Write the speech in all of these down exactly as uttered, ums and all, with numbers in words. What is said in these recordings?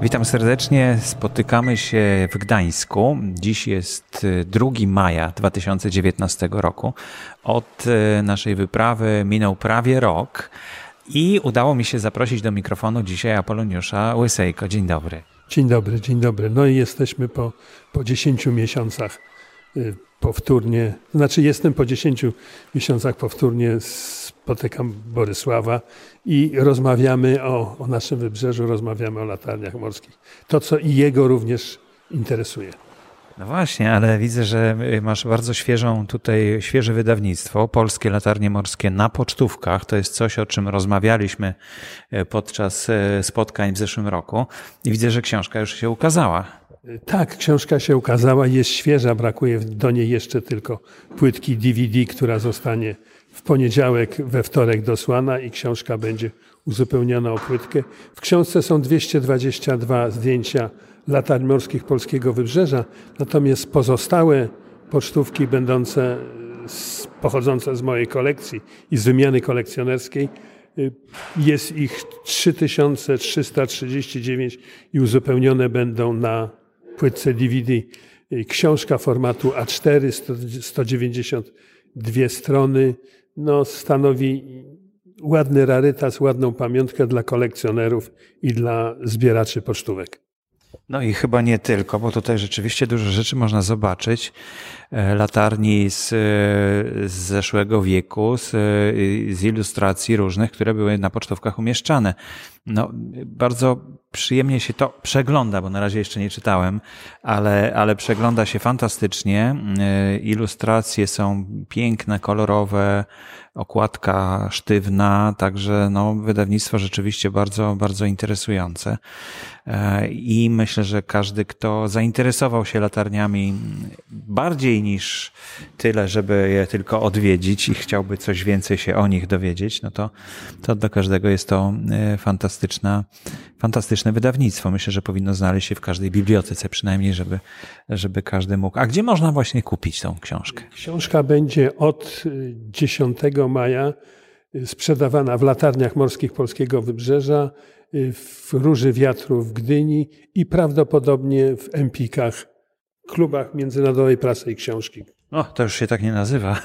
Witam serdecznie. Spotykamy się w Gdańsku. Dziś jest drugiego maja dwa tysiące dziewiętnastego roku. Od naszej wyprawy minął prawie rok i udało mi się zaprosić do mikrofonu dzisiaj Apoloniusza Łysejko. Dzień dobry. Dzień dobry, dzień dobry. No i jesteśmy po, po dziesięciu miesiącach powtórnie, znaczy jestem po dziesięciu miesiącach powtórnie, spotykam Borysława i rozmawiamy o, o naszym wybrzeżu, rozmawiamy o latarniach morskich. To, co i jego również interesuje. No właśnie, ale widzę, że masz bardzo świeżą tutaj, świeże wydawnictwo, Polskie Latarnie Morskie na pocztówkach. To jest coś, o czym rozmawialiśmy podczas spotkań w zeszłym roku i widzę, że książka już się ukazała. Tak, książka się ukazała, jest świeża, brakuje do niej jeszcze tylko płytki D V D, która zostanie w poniedziałek, we wtorek dosłana i książka będzie uzupełniona o płytkę. W książce są dwieście dwadzieścia dwa zdjęcia latarni morskich polskiego wybrzeża, natomiast pozostałe pocztówki będące, z, pochodzące z mojej kolekcji i z wymiany kolekcjonerskiej, jest ich trzy tysiące trzysta trzydzieści dziewięć i uzupełnione będą na płytce D V D. Książka formatu A cztery, sto dziewięćdziesiąt dwie strony, no stanowi ładny rarytas, ładną pamiątkę dla kolekcjonerów i dla zbieraczy pocztówek. No i chyba nie tylko, bo tutaj rzeczywiście dużo rzeczy można zobaczyć. Latarni z, z zeszłego wieku, z, z ilustracji różnych, które były na pocztówkach umieszczane. No, bardzo przyjemnie się to przegląda, bo na razie jeszcze nie czytałem, ale, ale przegląda się fantastycznie. Ilustracje są piękne, kolorowe, okładka sztywna, także no, wydawnictwo rzeczywiście bardzo, bardzo interesujące. I myślę, że każdy, kto zainteresował się latarniami bardziej niż tyle, żeby je tylko odwiedzić i chciałby coś więcej się o nich dowiedzieć, no to, to dla każdego jest to fantastyczna, fantastyczne wydawnictwo. Myślę, że powinno znaleźć się w każdej bibliotece przynajmniej, żeby, żeby każdy mógł. A gdzie można właśnie kupić tą książkę? Książka będzie od dziesiątego maja sprzedawana w latarniach morskich polskiego wybrzeża, w Róży Wiatru w Gdyni i prawdopodobnie w Empikach, klubach Międzynarodowej Prasy i Książki. O, to już się tak nie nazywa.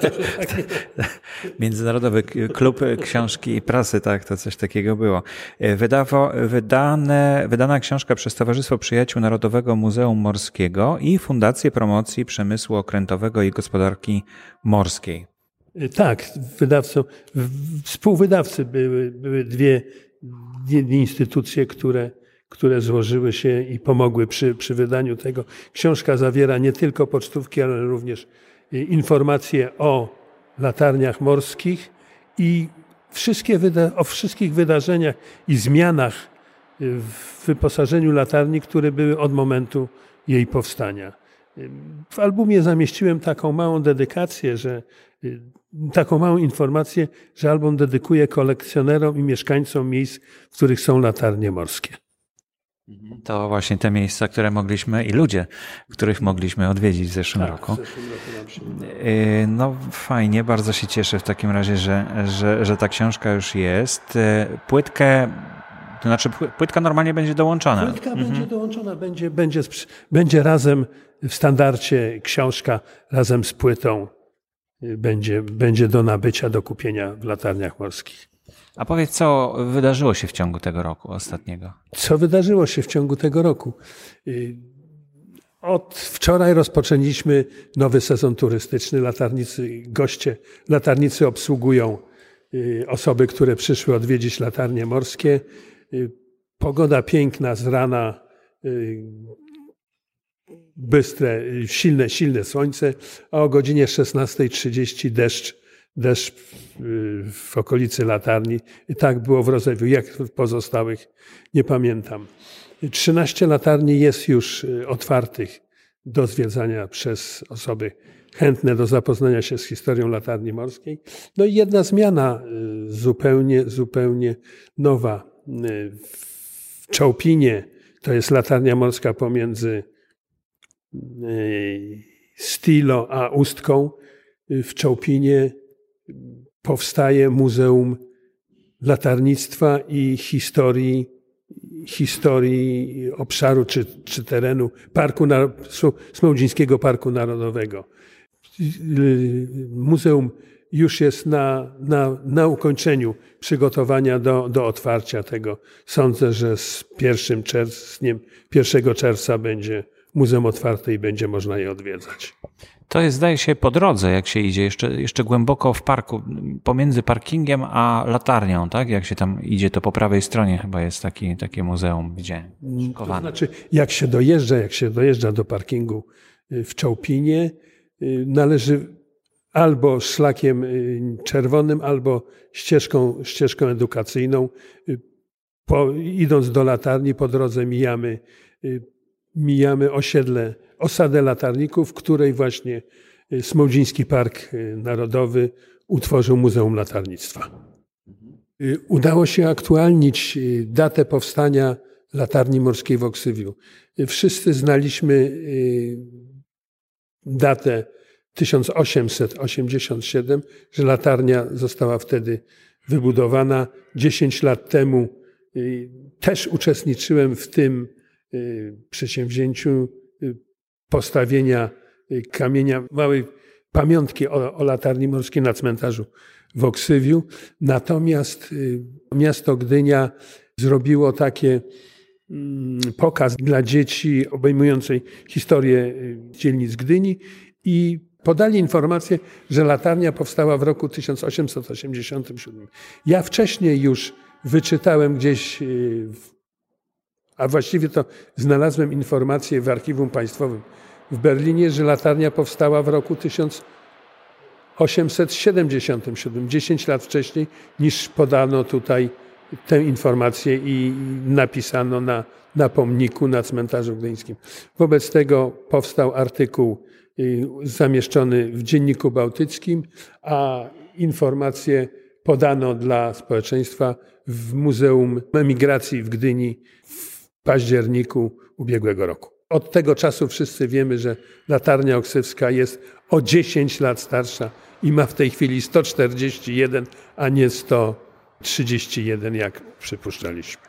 Międzynarodowy Klub Książki i Prasy, tak, to coś takiego było. Wydawo, wydane, wydana książka przez Towarzystwo Przyjaciół Narodowego Muzeum Morskiego i Fundację Promocji Przemysłu Okrętowego i Gospodarki Morskiej. Tak, wydawcą, współwydawcy były, były dwie, dwie instytucje, które które złożyły się i pomogły przy, przy wydaniu tego. Książka zawiera nie tylko pocztówki, ale również informacje o latarniach morskich i wszystkie wyda- o wszystkich wydarzeniach i zmianach w wyposażeniu latarni, które były od momentu jej powstania. W albumie zamieściłem taką małą dedykację, że taką małą informację, że album dedykuję kolekcjonerom i mieszkańcom miejsc, w których są latarnie morskie. To właśnie te miejsca, które mogliśmy i ludzie, których mogliśmy odwiedzić w zeszłym tak, roku. W zeszłym roku no fajnie, bardzo się cieszę w takim razie, że, że, że ta książka już jest. Płytkę, to znaczy płytka normalnie będzie dołączona. Płytka mhm. będzie dołączona, będzie, będzie, będzie razem w standardzie książka razem z płytą będzie, będzie do nabycia, do kupienia w latarniach morskich. A powiedz, co wydarzyło się w ciągu tego roku ostatniego? Co wydarzyło się w ciągu tego roku? Od wczoraj rozpoczęliśmy nowy sezon turystyczny. Latarnicy, goście latarnicy obsługują osoby, które przyszły odwiedzić latarnie morskie. Pogoda piękna z rana, bystre, silne, silne słońce, a o godzinie szesnastej trzydzieści deszcz. deszcz w okolicy latarni. I tak było w Rodzewiu, jak w pozostałych, nie pamiętam. trzynaście latarni jest już otwartych do zwiedzania przez osoby chętne do zapoznania się z historią latarni morskiej. No i jedna zmiana zupełnie, zupełnie nowa. W Czołpinie, to jest latarnia morska pomiędzy Stilo a Ustką, w Czołpinie powstaje Muzeum Latarnictwa i Historii, historii obszaru czy, czy terenu Parku Smołdzińskiego Parku Narodowego. Muzeum już jest na, na, na ukończeniu przygotowania do, do otwarcia tego. Sądzę, że z pierwszym czerwcem, pierwszego czerwca będzie muzeum otwarte i będzie można je odwiedzać. To jest, zdaje się, po drodze, jak się idzie, jeszcze, jeszcze głęboko w parku, pomiędzy parkingiem a latarnią, tak? Jak się tam idzie, to po prawej stronie chyba jest taki, takie muzeum, gdzie szykowane. To znaczy, jak się dojeżdża, jak się dojeżdża do parkingu w Czołpinie, należy albo szlakiem czerwonym, albo ścieżką, ścieżką edukacyjną. Po, idąc do latarni, po drodze mijamy, mijamy osiedle, osadę latarników, w której właśnie Smołdziński Park Narodowy utworzył Muzeum Latarnictwa. Udało się aktualnić datę powstania latarni morskiej w Oksywiu. Wszyscy znaliśmy datę tysiąc osiemset osiemdziesiąt siedem, że latarnia została wtedy wybudowana. Dziesięć lat temu też uczestniczyłem w tym przedsięwzięciu postawienia kamienia, małej pamiątki o, o latarni morskiej na cmentarzu w Oksywiu. Natomiast miasto Gdynia zrobiło takie pokaz dla dzieci obejmującej historię dzielnic Gdyni i podali informację, że latarnia powstała w roku tysiąc osiemset osiemdziesiątym siódmym. Ja wcześniej już wyczytałem gdzieś, a właściwie to znalazłem informację w Archiwum Państwowym w Berlinie, że latarnia powstała w roku tysiąc osiemset siedemdziesiątym siódmym, dziesięć lat wcześniej, niż podano tutaj tę informację i napisano na, na pomniku na cmentarzu gdyńskim. Wobec tego powstał artykuł zamieszczony w Dzienniku Bałtyckim, a informacje podano dla społeczeństwa w Muzeum Emigracji w Gdyni w październiku ubiegłego roku. Od tego czasu wszyscy wiemy, że latarnia oksywska jest o dziesięć lat starsza i ma w tej chwili sto czterdzieści jeden, a nie sto trzydzieści jeden, jak przypuszczaliśmy.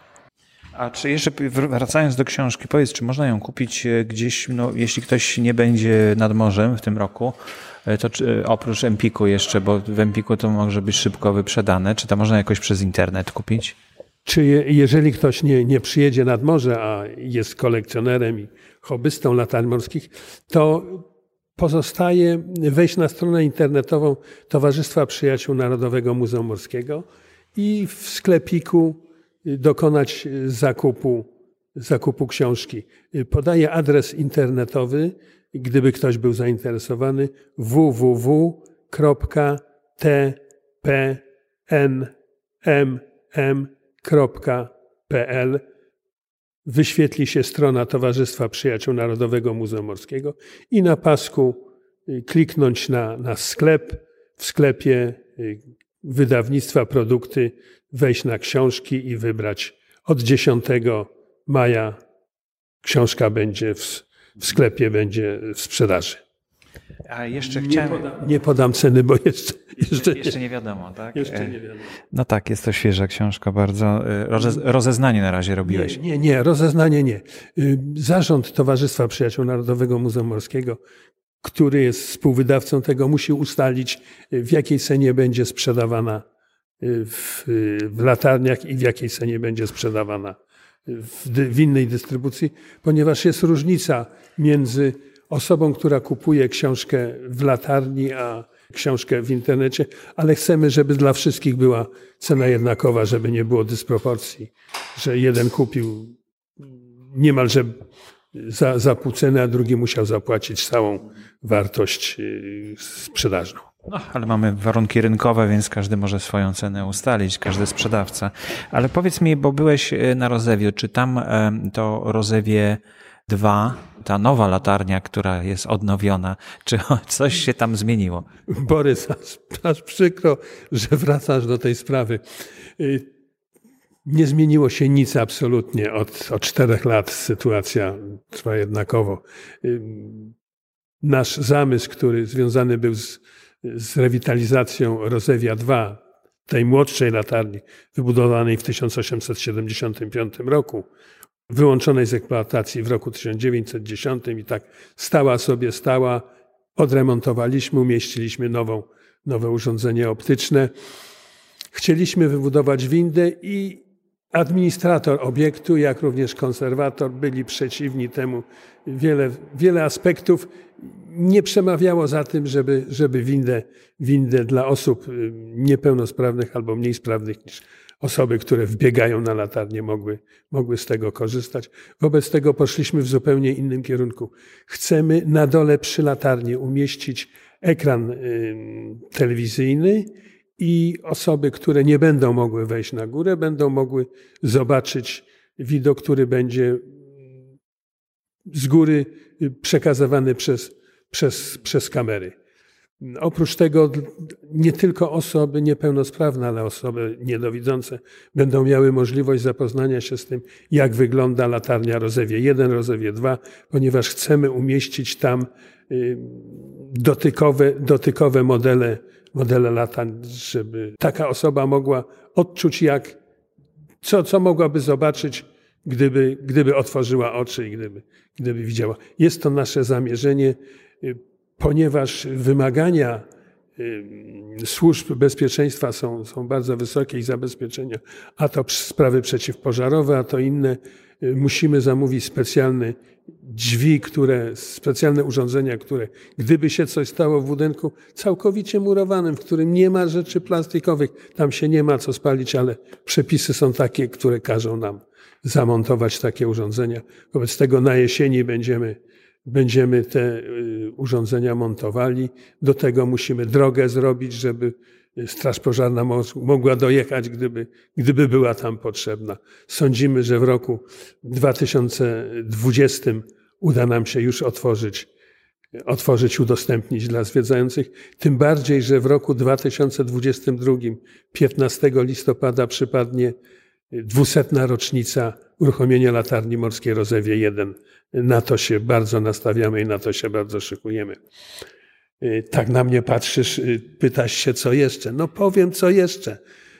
A czy jeszcze wracając do książki, powiedz, czy można ją kupić gdzieś, no, jeśli ktoś nie będzie nad morzem w tym roku, to czy, oprócz Empiku jeszcze, bo w Empiku to może być szybko wyprzedane, czy to można jakoś przez internet kupić? Czy je, jeżeli ktoś nie, nie przyjedzie nad morze, a jest kolekcjonerem i hobbystą latarni morskich, to pozostaje wejść na stronę internetową Towarzystwa Przyjaciół Narodowego Muzeum Morskiego i w sklepiku dokonać zakupu, zakupu książki. Podaję adres internetowy, gdyby ktoś był zainteresowany, w w w kropka t p n m m kropka p l. Wyświetli się strona Towarzystwa Przyjaciół Narodowego Muzeum Morskiego i na pasku kliknąć na, na sklep. W sklepie wydawnictwa produkty, wejść na książki i wybrać. Od dziesiątego maja książka będzie w, w sklepie, będzie w sprzedaży. A jeszcze nie chciałem... Podam, nie podam ceny, bo jeszcze... Jeszcze, jeszcze nie wiadomo, tak? Jeszcze nie wiadomo. No tak, jest to świeża książka bardzo. Rozeznanie na razie robiłeś. Nie, nie, nie, rozeznanie nie. Zarząd Towarzystwa Przyjaciół Narodowego Muzeum Morskiego, który jest współwydawcą tego, musi ustalić, w jakiej cenie będzie sprzedawana w, w latarniach i w jakiej cenie będzie sprzedawana w, w innej dystrybucji, ponieważ jest różnica między osobą, która kupuje książkę w latarni, a książkę w internecie, ale chcemy, żeby dla wszystkich była cena jednakowa, żeby nie było dysproporcji, że jeden kupił niemalże za, za pół ceny, a drugi musiał zapłacić całą wartość sprzedażną. No, ale mamy warunki rynkowe, więc każdy może swoją cenę ustalić, każdy sprzedawca. Ale powiedz mi, bo byłeś na Rozewiu, czy tam to Rozewie dwa, ta nowa latarnia, która jest odnowiona, czy coś się tam zmieniło? Borys, aż, aż przykro, że wracasz do tej sprawy. Nie zmieniło się nic absolutnie. Od, od czterech lat sytuacja trwa jednakowo. Nasz zamysł, który związany był z, z rewitalizacją Rozewia dwa, tej młodszej latarni, wybudowanej w tysiąc osiemset siedemdziesiątym piątym roku, wyłączonej z eksploatacji w roku tysiąc dziewięćset dziesiątym i tak stała sobie, stała, odremontowaliśmy, umieściliśmy nową, nowe urządzenie optyczne. Chcieliśmy wybudować windę i administrator obiektu, jak również konserwator byli przeciwni temu. Wiele, wiele aspektów nie przemawiało za tym, żeby, żeby windę, windę dla osób niepełnosprawnych albo mniej sprawnych niż osoby, które wbiegają na latarnię, mogły, mogły z tego korzystać. Wobec tego poszliśmy w zupełnie innym kierunku. Chcemy na dole przy latarni umieścić ekran telewizyjny i osoby, które nie będą mogły wejść na górę, będą mogły zobaczyć widok, który będzie z góry przekazywany przez, przez, przez kamery. Oprócz tego nie tylko osoby niepełnosprawne, ale osoby niedowidzące będą miały możliwość zapoznania się z tym, jak wygląda latarnia Rozewie jeden, Rozewie dwa, ponieważ chcemy umieścić tam dotykowe, dotykowe modele, modele latarń, żeby taka osoba mogła odczuć, jak, co, co mogłaby zobaczyć, gdyby, gdyby otworzyła oczy i gdyby, gdyby widziała. Jest to nasze zamierzenie, ponieważ wymagania służb bezpieczeństwa są, są bardzo wysokie i zabezpieczenia, a to sprawy przeciwpożarowe, a to inne. Musimy zamówić specjalne drzwi, które, specjalne urządzenia, które gdyby się coś stało w budynku całkowicie murowanym, w którym nie ma rzeczy plastikowych, tam się nie ma co spalić, ale przepisy są takie, które każą nam zamontować takie urządzenia. Wobec tego na jesieni będziemy Będziemy te urządzenia montowali. Do tego musimy drogę zrobić, żeby Straż Pożarna mogła dojechać, gdyby, gdyby była tam potrzebna. Sądzimy, że w roku dwa tysiące dwudziestym uda nam się już otworzyć, otworzyć, udostępnić dla zwiedzających. Tym bardziej, że w roku dwa tysiące dwudziestym drugim, piętnastego listopada, przypadnie dwusetna rocznica uruchomienia latarni morskiej Rozewie jeden. Na to się bardzo nastawiamy i na to się bardzo szykujemy. Tak na mnie patrzysz, pytasz się, co jeszcze? No powiem, co jeszcze.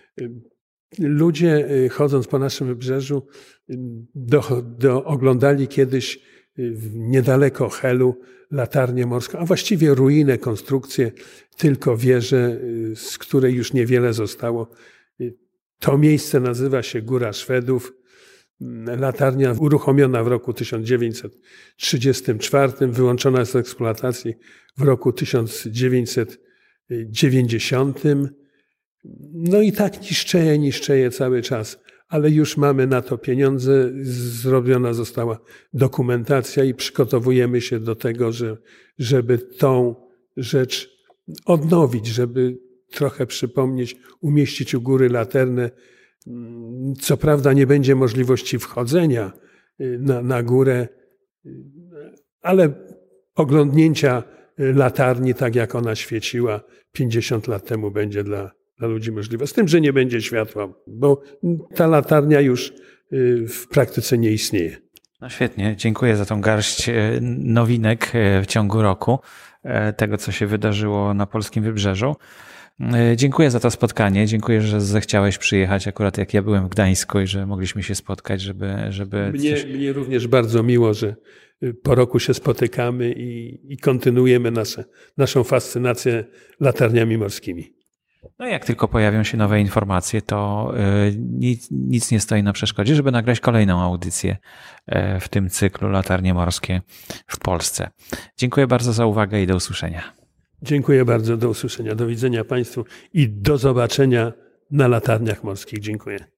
Ludzie, chodząc po naszym wybrzeżu, do, do, oglądali kiedyś niedaleko Helu latarnię morską, a właściwie ruinę, konstrukcję, tylko wieżę, z której już niewiele zostało. To miejsce nazywa się Góra Szwedów. Latarnia uruchomiona w roku tysiąc dziewięćset trzydziestym czwartym, wyłączona z eksploatacji w roku tysiąc dziewięćset dziewięćdziesiątym. No i tak niszczeje, niszczeje cały czas, ale już mamy na to pieniądze, zrobiona została dokumentacja i przygotowujemy się do tego, że, żeby tą rzecz odnowić, żeby trochę przypomnieć, umieścić u góry laternę. Co prawda nie będzie możliwości wchodzenia na, na górę, ale oglądnięcia latarni, tak jak ona świeciła pięćdziesiąt lat temu, będzie dla, dla ludzi możliwe. Z tym, że nie będzie światła, bo ta latarnia już w praktyce nie istnieje. No świetnie, dziękuję za tą garść nowinek w ciągu roku, tego co się wydarzyło na polskim wybrzeżu. Dziękuję za to spotkanie. Dziękuję, że zechciałeś przyjechać akurat jak ja byłem w Gdańsku i że mogliśmy się spotkać, żeby... żeby mnie, coś... mnie również bardzo miło, że po roku się spotykamy i, i kontynuujemy nasze, naszą fascynację latarniami morskimi. No jak tylko pojawią się nowe informacje, to nic, nic nie stoi na przeszkodzie, żeby nagrać kolejną audycję w tym cyklu Latarnie Morskie w Polsce. Dziękuję bardzo za uwagę i do usłyszenia. Dziękuję bardzo, do usłyszenia, do widzenia Państwu i do zobaczenia na latarniach morskich. Dziękuję.